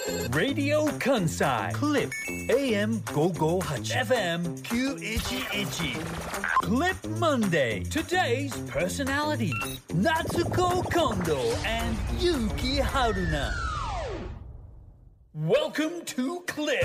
Radio Kansai Clip AM 558 FM 911 Clip Monday. Today's personality Natsuko Kondo and Yuki Haruna. Welcome to Clip.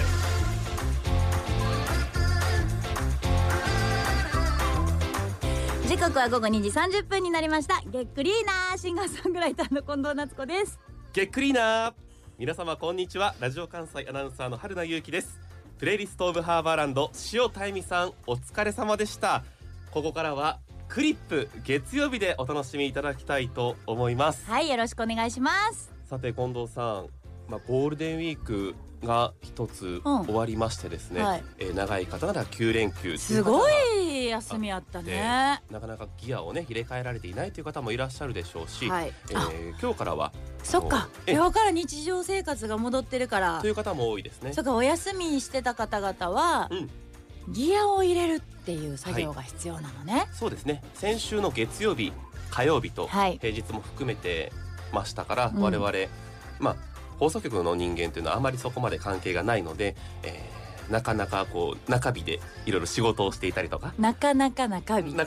時刻は午後2時30分になりました。ゲックリーナーシンガーソングライターの近藤夏子です。 ゲックリーナー、皆様こんにちは。ラジオ関西アナウンサーの春名優希です。プレイリストオブハーバーランド、塩田恵美さんお疲れ様でした。ここからはクリップ月曜日でお楽しみいただきたいと思います。 はい、よろしくお願いします。 さて近藤さん、ゴールデンウィークが一つ終わりましてですね、 はい、 長い方なら9連休、 すごい休みあったね。 なかなかギアをね入れ替えられていないという方もいらっしゃるでしょうし、 はい、 今日からはそっか、今日から日常生活が戻ってるからという方も多いですね。 そっか、お休みしてた方々は、ギアを入れるっていう作業が必要なのね。 そうですね。先週の月曜日、火曜日と平日も含めてましたから、我々放送局の人間というのはあまりそこまで関係がないので、なかなかこう中日でいろいろ仕事をしていたりとか、 なかなか中日で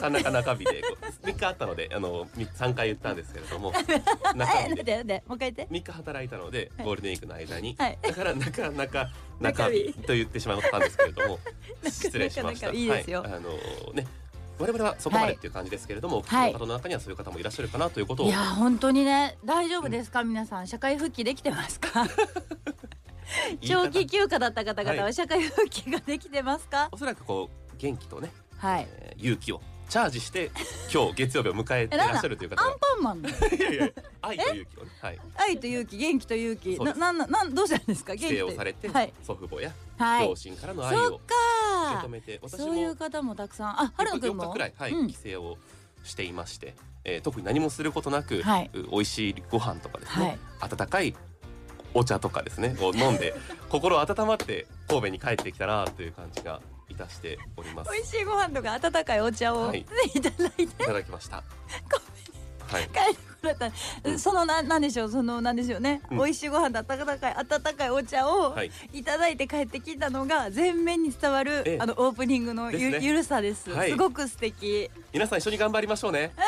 3日あったので3回言ったんですけれども中日でもう一回言って 3日働いたので、ゴールデンウィークの間に、 はい、 だからなかなか中日と言ってしまったんですけれども失礼しました。 いいですよ。 我々はそこまでっていう感じですけれども、お聞きの方の中にはそういう方もいらっしゃるかなということを。 いや本当にね、大丈夫ですか、皆さん社会復帰できてますか長期休暇だった方々は社会復帰ができてますか。 おそらくこう元気とね、勇気をチャージして今日月曜日を迎えていらっしゃるという方がアンパンマンのいや愛と勇気をね、 愛と勇気、元気と勇気、どうしたんですか。 帰省をされて、祖父母や両親からの愛を受け止めて、私もそういう方もたくさん、春野くんも 4日くらい、帰省をしていまして、特に何もすることなく、美味しいご飯とかですね、温かいお茶とかですねを飲んで心温まって神戸に帰ってきたなという感じがいたしております。 美味しいご飯とか温かいお茶を、いただきました。 帰ってこられた、そのなんでしょうね、美味しいご飯と温かいお茶をいただいて帰ってきたのが全面に伝わる、オープニングのゆるさです。すごく素敵。 皆さん一緒に頑張りましょうね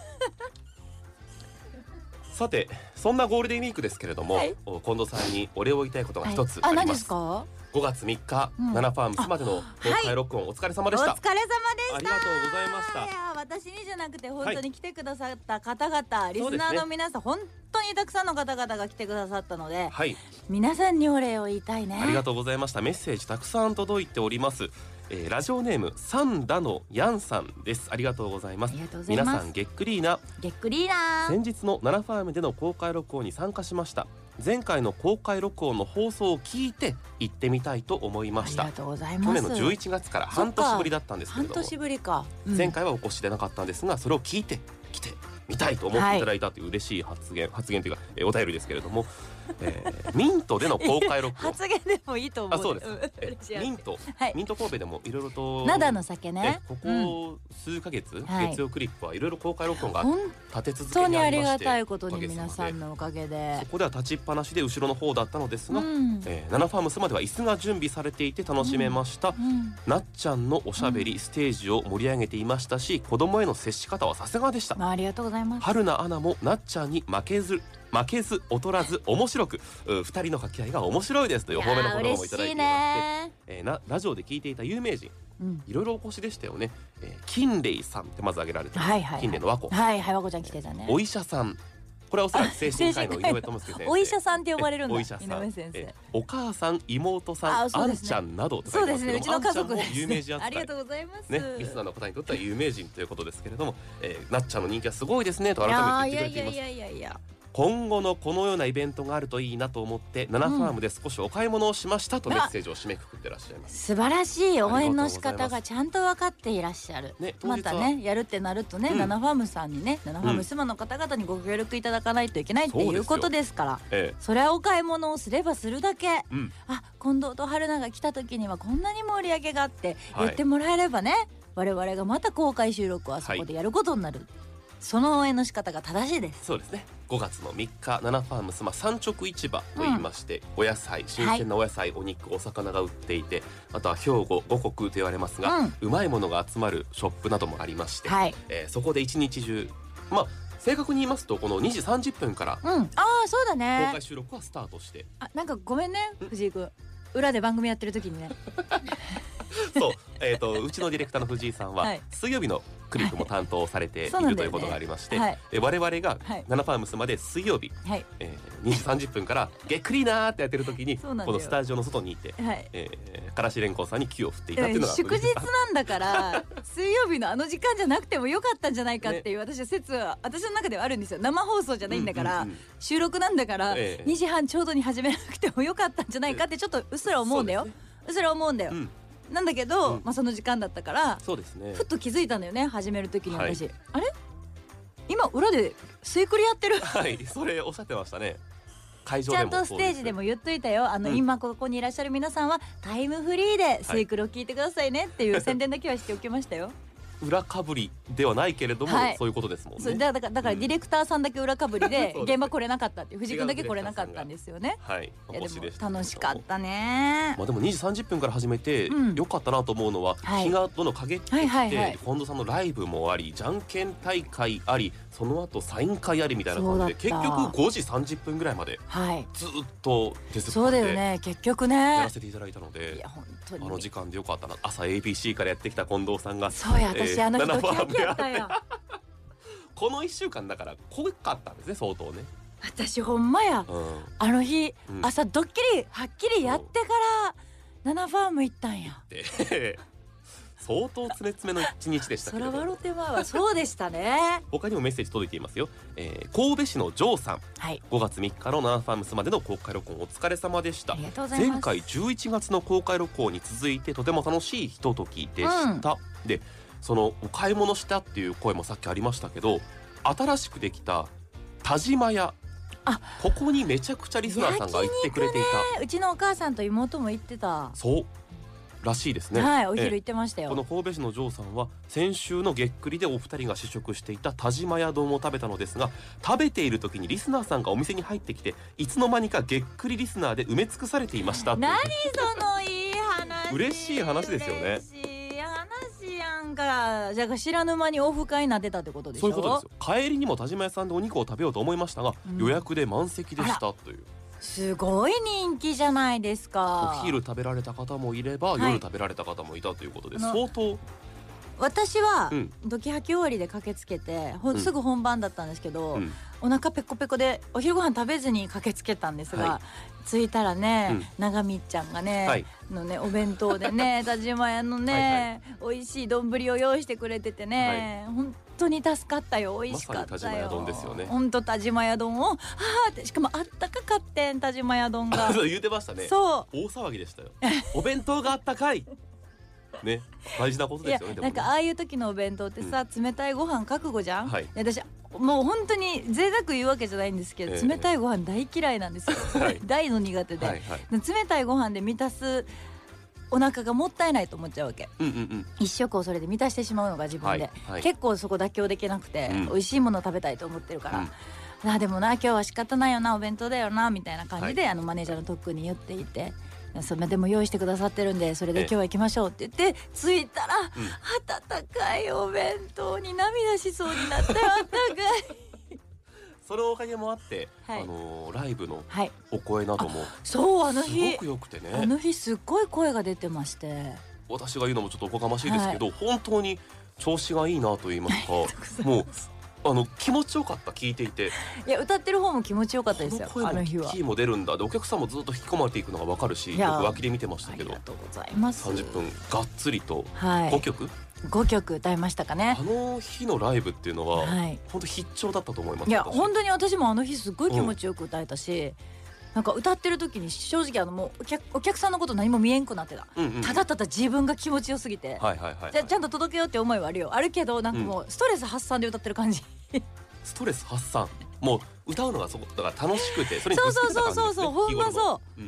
さて、そんなゴールデンウィークですけれども、近藤さんにお礼を言いたいことが一つあります。 何ですか。 5月3日、ナナファームスまでの公開録音、お疲れ様でした。 お疲れ様でした。 ありがとうございました。 いや、私にじゃなくて本当に来てくださった方々、リスナーの皆さん、本当にたくさんの方々が来てくださったので、皆さんにお礼を言いたいね。 ありがとうございました。メッセージたくさん届いております。ラジオネームサンダのヤンさんです。ありがとうございます。皆さんゲックリーナ。先日のナナファームでの公開録音に参加しました。前回の公開録音の放送を聞いて行ってみたいと思いました。 ありがとうございます。 去年の11月から半年ぶりだったんですけれども、 半年ぶりか、 前回はお越しでなかったんですが、それを聞いて来てみたいと思っていただいたという嬉しい発言というか、お便りですけれども、ミントでの公開録音発言でもいいと思う。 そうです、ミント神戸でもいろいろと灘の酒ね、 ここ数ヶ月、月曜クリップはいろいろ公開録音が立て続け本当にあにありまして、 りがたいことに皆さんのおかげで、 そこでは立ちっぱなしで後ろの方だったのですが、ナナファームスまでは椅子が準備されていて楽しめました。なっちゃんのおしゃべり、ステージを盛り上げていましたし、子供への接し方はさすがでした。 ありがとうございます。 春菜アナもなっちゃんに負けず劣らず面白く、2人の掛け合いが面白いですという褒めの言葉もいただいていまして、ラジオで聞いていた有名人、いろいろお越しでしたよね。金麗さんってまず挙げられて、金麗の和子、 和子ちゃん来てたね。 お医者さん、これはおそらく精神科医の井上智介先生。 お医者さんって呼ばれるんだ。 お医者さん、 井上先生、 お母さん、妹さん、あんちゃんなどと書いてますけども、 うちの家族です。 有名人扱い。 ありがとうございますね、リスナーの方にとっては有名人ということですけれども、なっちゃんの人気はすごいですねと改めて言ってくれています。 いや今後のこのようなイベントがあるといいなと思ってナナファームで少しお買い物をしましたとメッセージを締めくくってらっしゃいます。 素晴らしい応援の仕方がちゃんと分かっていらっしゃる。またね、やるってなるとね、ナナファームさんにね、ナナファームスマの方々にご協力いただかないといけないっていうことですから、それはお買い物をすればするだけ、近藤と春菜が来た時にはこんなに盛り上げがあって言ってもらえればね、我々がまた公開収録をあそこでやることになる。その応援の仕方が正しいです。 そうですね。 5月の3日ナナファームス、産直市場といいまして、お野菜、新鮮なお野菜、お肉、お魚が売っていて、あとは兵庫五穀と言われますが、うまいものが集まるショップなどもありまして、そこで一日中、正確に言いますとこの2時30分から、 そうだね、 公開収録はスタートして、 なんかごめんね藤井君、裏で番組やってる時にねそう、うちのディレクターの藤井さんは、水曜日のクリップも担当されているということがありまして、我々がナナファームスまで水曜日、2時30分からげっくりーなーってやってる時にこのスタジオの外にいて、からしれんこんさんに気を振っていたっていうのが祝日なんだから水曜日のあの時間じゃなくてもよかったんじゃないかっていう私は私の中ではあるんですよ。生放送じゃないんだから、収録なんだから、2時半ちょうどに始めなくてもよかったんじゃないかってちょっとうっすら思うんだよ、うっすら思うんだよ、なんだけど、その時間だったから、そうですね、ふっと気づいたんだよね、始める時に私、あれ今裏でスイクリやってるそれおっしゃってましたね。会場ちゃんとステージでも言っといたよ。今ここにいらっしゃる皆さんはタイムフリーでスイクルを聞いてくださいねっていう宣伝だけはしておきましたよ。 裏かぶりではないけれども、そういうことですもんね。 だからディレクターさんだけ裏かぶりで現場来れなかったっていう、藤井君だけ来れなかったんですよね。でも楽しかったね。 でも2時30分から始めてよかったなと思うのは、日がどんどん陰ってきて、近藤さんのライブもあり、じゃんけん大会あり、その後サイン会ありみたいな感じで、結局5時30分ぐらいまでずっと手作りで、 そうだよね、結局ねやらせていただいたので、あの時間でよかったな。朝 ABC からやってきた近藤さんが、 そうや、私あの日ドキドキやったよこの1週間だから濃かったんですね、相当ね。 私ほんまや、あの日、朝ドッキリはっきりやってからナナファーム行ったんや相当詰め詰めの一日でしたけれども、 そらわろてまはそうでしたね他にもメッセージ届いていますよ。神戸市のジョーさん、5月3日のナナファームスまでの公開録音お疲れ様でした。前回11月の公開録音に続いてとても楽しいひとときでした、でそのお買い物したっていう声もさっきありましたけど、新しくできた田島屋、ここにめちゃくちゃリスナーさんが行ってくれていた。 うちのお母さんと妹も行ってた。 そうらしいですね。 お昼行ってましたよ。 この神戸市のジョーさんは先週のげっくりでお二人が試食していた田島屋丼を食べたのですが、食べている時にリスナーさんがお店に入ってきて、いつの間にかげっくりリスナーで埋め尽くされていました。 何そのいい話嬉しい話ですよね。 嬉しい話やんか。じゃあ知らぬ間にオフ会になってたってことでしょ。 そういうことですよ。帰りにも田島屋さんでお肉を食べようと思いましたが、予約で満席でしたという。 すごい人気じゃないですか。 お昼食べられた方もいれば、夜食べられた方もいたということで、相当。 私はドキハキ終わりで駆けつけて、すぐ本番だったんですけど、お腹ペコペコでお昼ご飯食べずに駆けつけたんですが、着いたらね、長見ちゃんがね、お弁当でね田島屋のね、美味しい丼を用意してくれててね、本当に助かったよ。美味しかったよ。まさに田島屋丼ですよね。本当田島屋丼をしかもあったかかってん、田島屋丼が言ってましたね。 そう、 大騒ぎでしたよお弁当があったかいね、大事なことですよね。 なんかああいう時のお弁当ってさ、冷たいご飯覚悟じゃん。私もう本当に贅沢言うわけじゃないんですけど、冷たいご飯大嫌いなんですよ大の苦手で、冷たいご飯で満たすお腹がもったいないと思っちゃうわけ、一食をそれで満たしてしまうのが自分で、結構そこ妥協できなくて、美味しいものを食べたいと思ってるから、でもな今日は仕方ないよな、お弁当だよなみたいな感じで、マネージャーの特訓に言っていて、それでも用意してくださってるんで、それで今日は行きましょうって言って着いたら、温かいお弁当に涙しそうになって、温かいそのおかげもあって、ライブのお声などもそう、あの日すごく良くてね、 あの日すっごい声が出てまして、 私が言うのもちょっとおこがましいですけど、本当に調子がいいなと言いますか、もう気持ちよかった、聞いていて。 いや、歌ってる方も気持ちよかったですよ。あの日はキーも出るんだで、お客さんもずっと引き込まれていくのが分かるし、よく脇で見てましたけど、 ありがとうございます。 30分がっつりと5曲歌いましたかね。 あの日のライブっていうのは、本当必聴だったと思います。 いや本当に私もあの日すごい気持ちよく歌えたし、なんか歌ってる時に正直もうお客さんのこと何も見えんくなってた、ただただ自分が気持ちよすぎて、ちゃんと届けようって思いはあるけど、なんかもうストレス発散で歌ってる感じストレス発散、もう歌うのがそこだから楽しくて、それにそうほんまそう、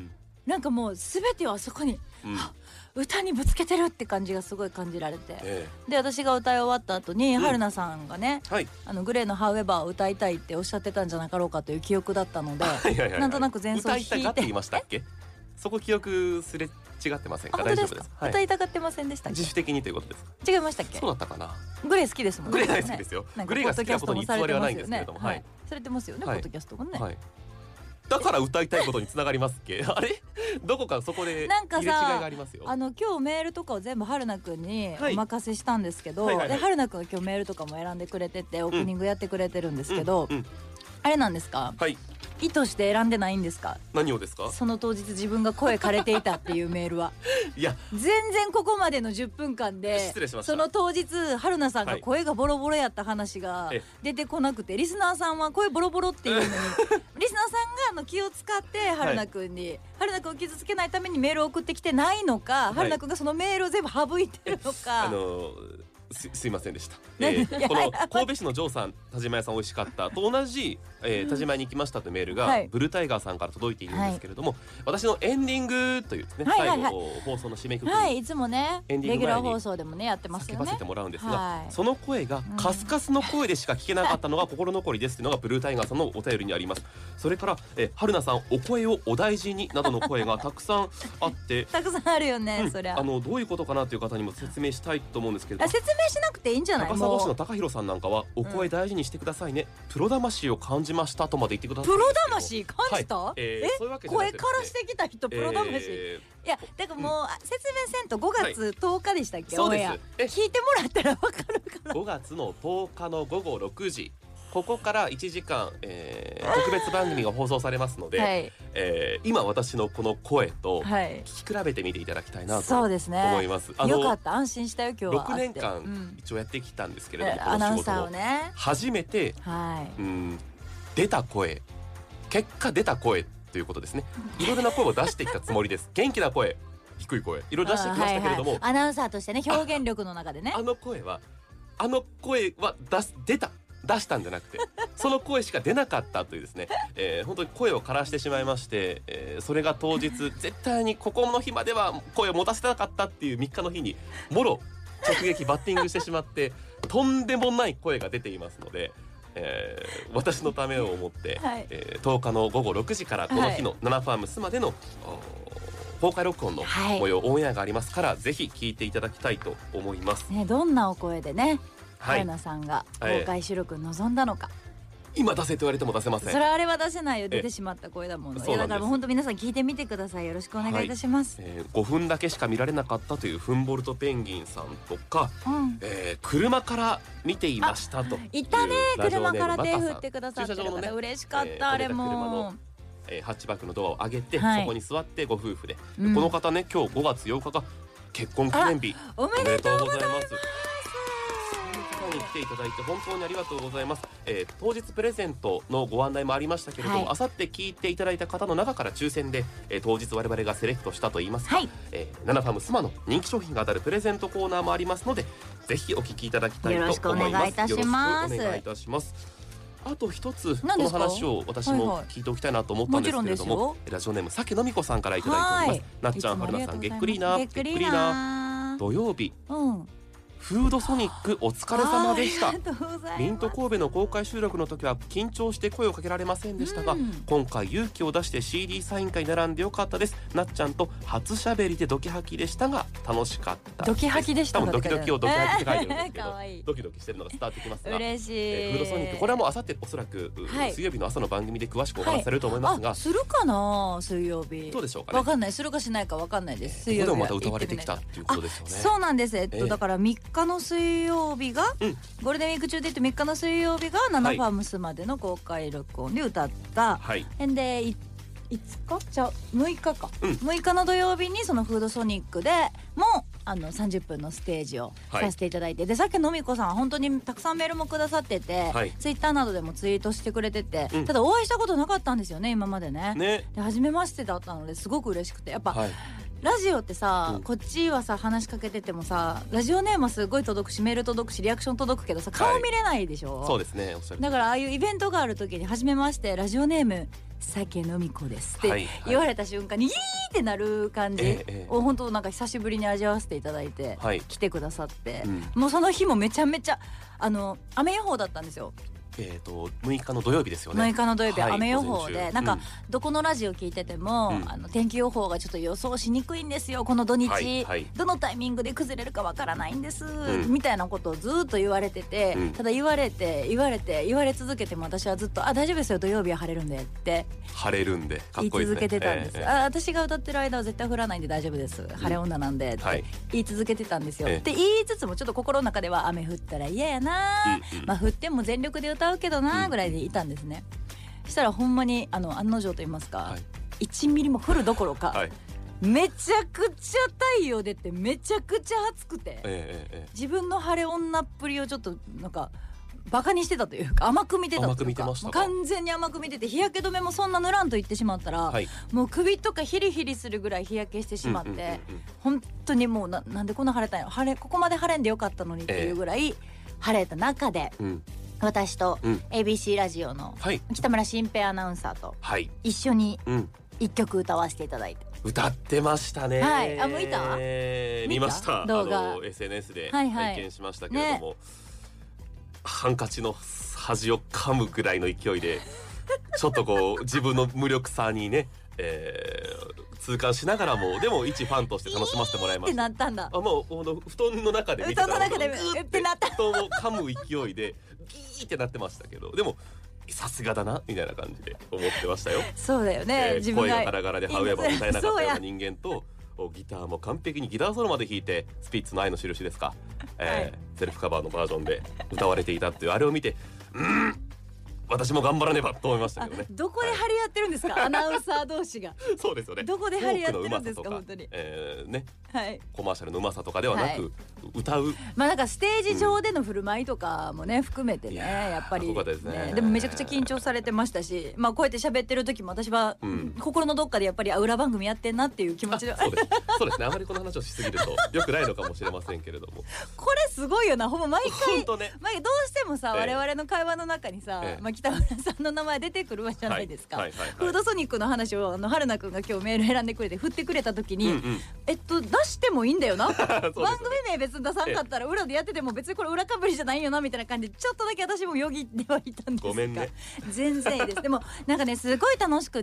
なんかもう全てをあそこに、歌にぶつけてるって感じがすごい感じられて、で私が歌い終わった後に春菜さんがね、グレーのハウエバーを歌いたいっておっしゃってたんじゃなかろうかという記憶だったのでなんとなく前奏弾いて歌いたがって言いましたっけ？そこ記憶すれ違ってませんか？ 大丈夫ですか？歌いたがってませんでしたっけ？ 自主的にということですか？ 違いましたっけ？ そうだったかな。 グレー好きですもんね。 グレー大好きですよ。グレーが好きなことに偽りはないんですけれども、されてますよね、ポッドキャストもね。 だから歌いたいことにつながりますっけ？あれどこかそこで入れ違いがありますよ。 今日メールとかを全部春菜くんにお任せしたんですけど、で春菜くんが今日メールとかも選んでくれててオープニングやってくれてるんですけど、あれなんですか？意図して選んでないんですか？ 何をですか？ その当日自分が声枯れていたっていうメールは。 いや全然ここまでの10分間でその当日春菜さんが声がボロボロやった話が出てこなくて、リスナーさんは声ボロボロっていうのにリスナーさんが気を使って春菜くんに、春菜くんを傷つけないためにメールを送ってきてないのか、春菜くんがそのメールを全部省いてるのか。 すいませんでした。この神戸市のジョーさん、田島屋さん美味しかったと同じ田島屋に行きましたというメールがブルータイガーさんから届いているんですけれども、私のエンディングというですね、最後放送の締めくくり、 いつもねレギュラー放送でもねやってますよね、 叫ばせてもらうんですが、その声がカスカスの声でしか聞けなかったのが心残りですというのがブルータイガーさんのお便りにあります。それから春菜さんお声をお大事になどの声がたくさんあってたくさんあるよね、そりゃどういうことかなという方にも説明したいと思うんですけれども、 説明しなくていいんじゃない？ 高砂市の高弘さんなんかはお声大事にしてくださいね、プロ魂を感じましたとまで言ってください。 プロ魂感じた？ そういうわけじゃなくて、 声からしてきた人プロ魂、いやだからもう説明せんと5月10日でしたっけ？ そうです。 聞いてもらったら分かるから。 5月の10日の午後6時、ここから1時間、特別番組が放送されますので、今私のこの声と聞き比べてみていただきたいなと思います。 よかった、安心したよ今日は。 6年間一応やってきたんですけれども、 アナウンサーをね初めて出た声、結果出た声ということですね。いろいろな声を出してきたつもりです。元気な声、低い声、いろいろ出してきましたけれども、 アナウンサーとしてね、表現力の中でね、 あの声は出したんじゃなくてその声しか出なかったというですね、本当に声を枯らしてしまいまして、それが当日絶対にここの日までは声を持たせなかったっていう3日の日にもろ直撃バッティングしてしまってとんでもない声が出ていますので、私のためを思って、10日の午後6時からこの日の7ファームスまでの公開録音の模様、オンエアがありますから、ぜひ聞いていただきたいと思います、 どんなお声でね春菜さんが公開収録に臨んだのか、 今出せと言われても出せません。 それはあれは出せないよ、出てしまった声だもの。いやだからもう本当皆さん聞いてみてください。よろしくお願いいたします。 5分だけしか見られなかったというフンボルトペンギンさんとか、車から見ていましたといたね。車から手振ってくださってる方嬉しかった。あれもハッチバックのドアを上げて、そこに座ってご夫婦で、この方ね、今日5月8日が結婚記念日、 おめでとうございます。 に来ていただいて本当にありがとうございます。当日プレゼントのご案内もありましたけれども、あさって聞いていただいた方の中から抽選で、当日我々がセレクトしたといいますか、ナナファムスマの人気商品が当たるプレゼントコーナーもありますので、ぜひお聞きいただきたいと思います。 よろしくお願いいたします。 よろしくお願いいたします。あと一つこの話を私も聞いておきたいなと思ったんですけれども、ラジオネームさけのみこさんからいただいております。なっちゃん、はるなさん、げっくりーな、げっくりーな。土曜日、フードソニックお疲れ様でした。ミント神戸の公開収録の時は緊張して声をかけられませんでしたが、今回勇気を出して CD サイン会に並んでよかったです。なっちゃんと初しゃべりでドキハキでしたが楽しかったです。 ドキハキでした。 多分ドキドキをドキハキって書いてるんですけどドキドキしてるのが伝わってきますが、 嬉しい。 フードソニック、これはもうあさっておそらく水曜日の朝の番組で詳しくお話しされると思いますが、 するかな、水曜日。 どうでしょうかね。 わかんない、するかしないかわかんないです。 水曜日でもまた歌われてきたっていうことですよね。 そうなんです。だから3日の水曜日が、ゴールデンウィーク中で言って3日の水曜日がナナファームスまでの公開録音で歌った、で5日じゃ6日か、6日の土曜日にそのフードソニックでも30分のステージをさせていただいて、でさっきのみこさんは本当にたくさんメールもくださってて、ツイッターなどでもツイートしてくれてて、ただお会いしたことなかったんですよね、今までね。で初めましてだったのですごく嬉しくて、やっぱ、ラジオってさ、こっちはさ話しかけててもさ、ラジオネームはすごい届くし、メール届くし、リアクション届くけどさ、顔見れないでしょ。 そうですね。 だからああいうイベントがある時に初めまして、ラジオネーム酒飲み子ですって言われた瞬間にイーってなる感じを本当なんか久しぶりに味わわせていただいて来てくださって、もうその日もめちゃめちゃ雨予報だったんですよ。 6日の土曜日ですよね。 6日の土曜日、雨予報でなんかどこのラジオ聞いてても、天気予報がちょっと予想しにくいんですよこの土日、どのタイミングで崩れるかわからないんです、みたいなことをずっと言われてて、ただ言われ続けても私はずっと大丈夫ですよ土曜日は晴れるんでって晴れるんでかっこいいですね、言い続けてたんです、 私が歌ってる間は絶対降らないんで大丈夫です、晴れ女なんでって言い続けてたんですよ、って言いつつもちょっと心の中では雨降ったら嫌やな、まあ降っても全力で歌うけどなぐらいでいたんですね。そしたらほんまに案の定と言いますか、1ミリも降るどころか、めちゃくちゃ太陽出てめちゃくちゃ暑くて、自分の晴れ女っぷりをちょっとなんかバカにしてたというか甘く見てたというか、もう完全に甘く見てて、日焼け止めもそんな塗らんと言ってしまったら、もう首とかヒリヒリするぐらい日焼けしてしまって、本当にもうなんでこんな晴れたんやろ、ここまで晴れんでよかったのにっていうぐらい晴れた中で、私と ABC ラジオの北村新平アナウンサーと一緒に一曲歌わせていただいて、 歌ってましたね。 もういた？ 見ました。 動画 SNS で拝見しましたけれども、ハンカチの端を噛むぐらいの勢いでちょっとこう自分の無力さにね、痛感しながらもでも一ファンとして楽しませてもらいました。 ってなったんだ。 もう布団の中で見てたら布団の中でってなった。 布団を噛む勢いでギーってなってましたけど、でもさすがだなみたいな感じで思ってましたよ。 そうだよね、自分が声がガラガラでハウエバー歌えなかったような人間とギターも完璧にギターソロまで弾いてスピッツの愛の印ですか、セルフカバーのバージョンで歌われていたっていうあれを見て、私も頑張らねばと思いましたけどね。 どこで張り合ってるんですか、アナウンサー同士が。 そうですよね。 どこで張り合ってるんですか本当に。 ね、コマーシャルのうまさとかではなく、歌う。 まあなんかステージ上での振る舞いとかもね含めてね、やっぱりでもめちゃくちゃ緊張されてましたし、まあこうやって喋ってる時も私は心のどっかでやっぱり裏番組やってんなっていう気持ちで。 そうですね。あまりこの話をしすぎると良くないのかもしれませんけれども。 これすごいよな。ほんま毎回どうね、 してもさ、我々の会話の中にさ、北村さんの名前出てくるわじゃないですか。フードソニックの話を春菜くんが今日メール選んでくれて振ってくれた時に、出してもいいんだよな。番組名別に出さんかったら裏でやってても別にこれ裏かぶりじゃないよなみたいな感じでちょっとだけ私もよぎってはいたんですが、 ごめんね。 全然いいです。でもなんかねすごい楽しくって、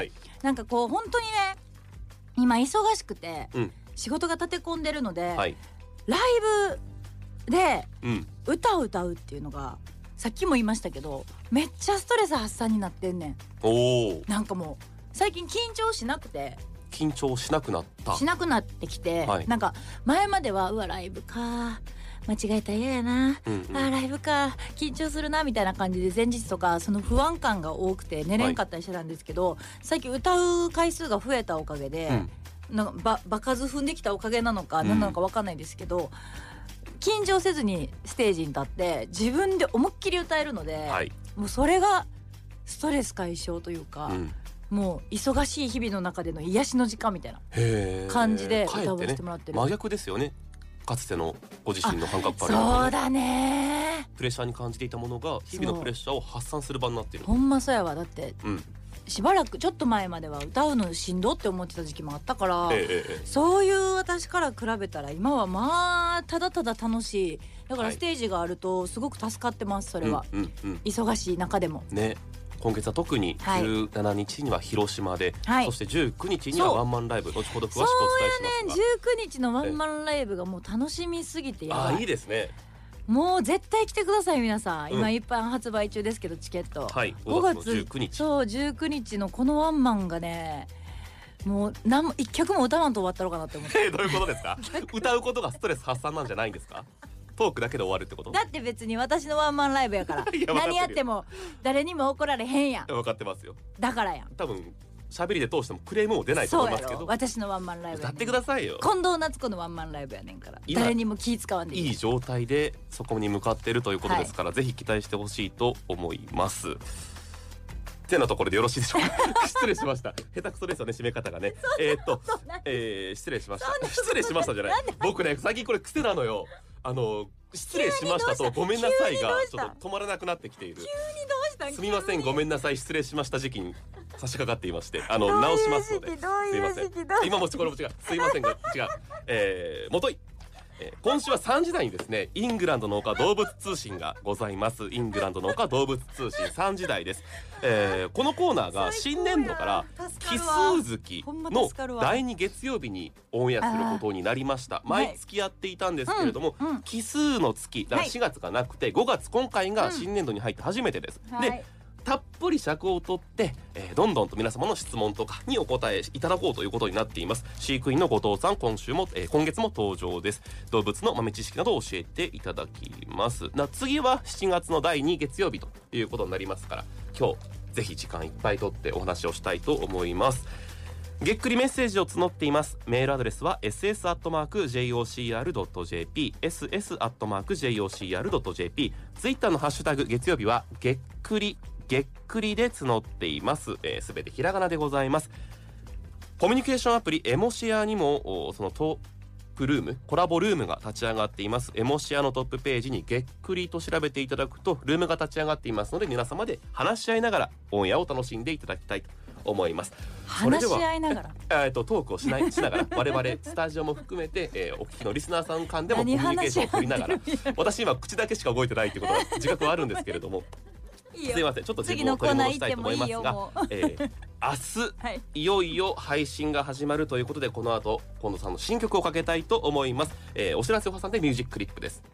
なんかこう本当にね今忙しくて、仕事が立て込んでるので、ライブで歌を歌うっていうのがさっきも言いましたけどめっちゃストレス発散になってんねん。なんかもう最近緊張しなくて緊張しなくなってきて、なんか前まではうわライブか間違えたら嫌やな、ライブか緊張するなみたいな感じで前日とかその不安感が多くて寝れんかったりしてたんですけど、最近歌う回数が増えたおかげで、なんか場数踏んできたおかげなのか何なのか分かんないですけど、緊張せずにステージに立って自分で思いっきり歌えるので、もうそれがストレス解消というか、もう忙しい日々の中での癒しの時間みたいな感じで歌わせてもらってる。 真逆ですよね。かつてのご自身の感覚から、 そうだね、 プレッシャーに感じていたものが日々のプレッシャーを発散する場になっている。 ほんまそうやわ。だって、しばらくちょっと前までは歌うのしんどって思ってた時期もあったから、そういう私から比べたら今はまあただただ楽しい。だからステージがあるとすごく助かってます。それは、忙しい中でもね。 今月は特に17日には広島で、そして19日にはワンマンライブ、後ほど詳しくお伝えしますが、 そうやね、19日のワンマンライブがもう楽しみすぎてやばい。 いいですね。 もう絶対来てください皆さん。今一般発売中ですけどチケット、 5月19日、 そう19日のこのワンマンがね、もう一曲も歌わんと終わったのかなって思って。 どういうことですか？歌うことがストレス発散なんじゃないんですか？トークだけで終わるってこと？ だって別に私のワンマンライブやから何やっても誰にも怒られへんやん。 分かってますよ。 だからやん。 多分喋りで通してもクレームも出ないと思いますけど、 私のワンマンライブ歌ってくださいよ。 近藤夏子のワンマンライブやねんから、誰にも気使わんでいい状態でそこに向かっているということですから、ぜひ期待してほしいと思います。ってなところでよろしいでしょうか？失礼しました。下手くそですよね、締め方がね。失礼しました。失礼しましたじゃない。僕ね、最近これ癖なのよ。失礼しましたとごめんなさいがちょっと止まらなくなってきている。 急にどうした？ すみません、ごめんなさい、失礼しました時期に差し掛かっていまして、直しますので、すいません。今もこれも違う、すいませんが違う。もとい。今週は3時台にですね、イングランドの丘動物通信がございます。イングランドの丘動物通信3時台です。このコーナーが新年度から奇数月の第2月曜日にオンエアすることになりました。毎月やっていたんですけれども、奇数の月だから4月がなくて5月、今回が新年度に入って初めてです。でたっぷり尺を取って、どんどんと皆様の質問とかにお答えいただこうということになっています。飼育員の後藤さん、今月も登場です。動物の豆知識などを教えていただきます。次は7月の第2月曜日ということになりますから、今日ぜひ時間いっぱい取ってお話をしたいと思います。げっくりメッセージを募っています。メールアドレスは ss@jocr.jp ss@jocr.jp ツイッターのハッシュタグ月曜日はげっくりで募っています。すべてひらがなでございます。コミュニケーションアプリエモシェアにもそのトークルーム、コラボルームが立ち上がっています。エモシェアのトップページにげっくりと調べていただくとルームが立ち上がっていますので、皆様で話し合いながらオンエアを楽しんでいただきたいと思います。 話し合いながらトークをしながら我々スタジオも含めて、お聞きのリスナーさん間でもコミュニケーションを取りながら、私今口だけしか動いてないってことは自覚はあるんですけれどもすいません、ちょっと自分を取り戻したいと思いますが、明日、いよいよ配信が始まるということで、この後近藤さんの新曲をかけたいと思います。お知らせを挟んでミュージッククリップです。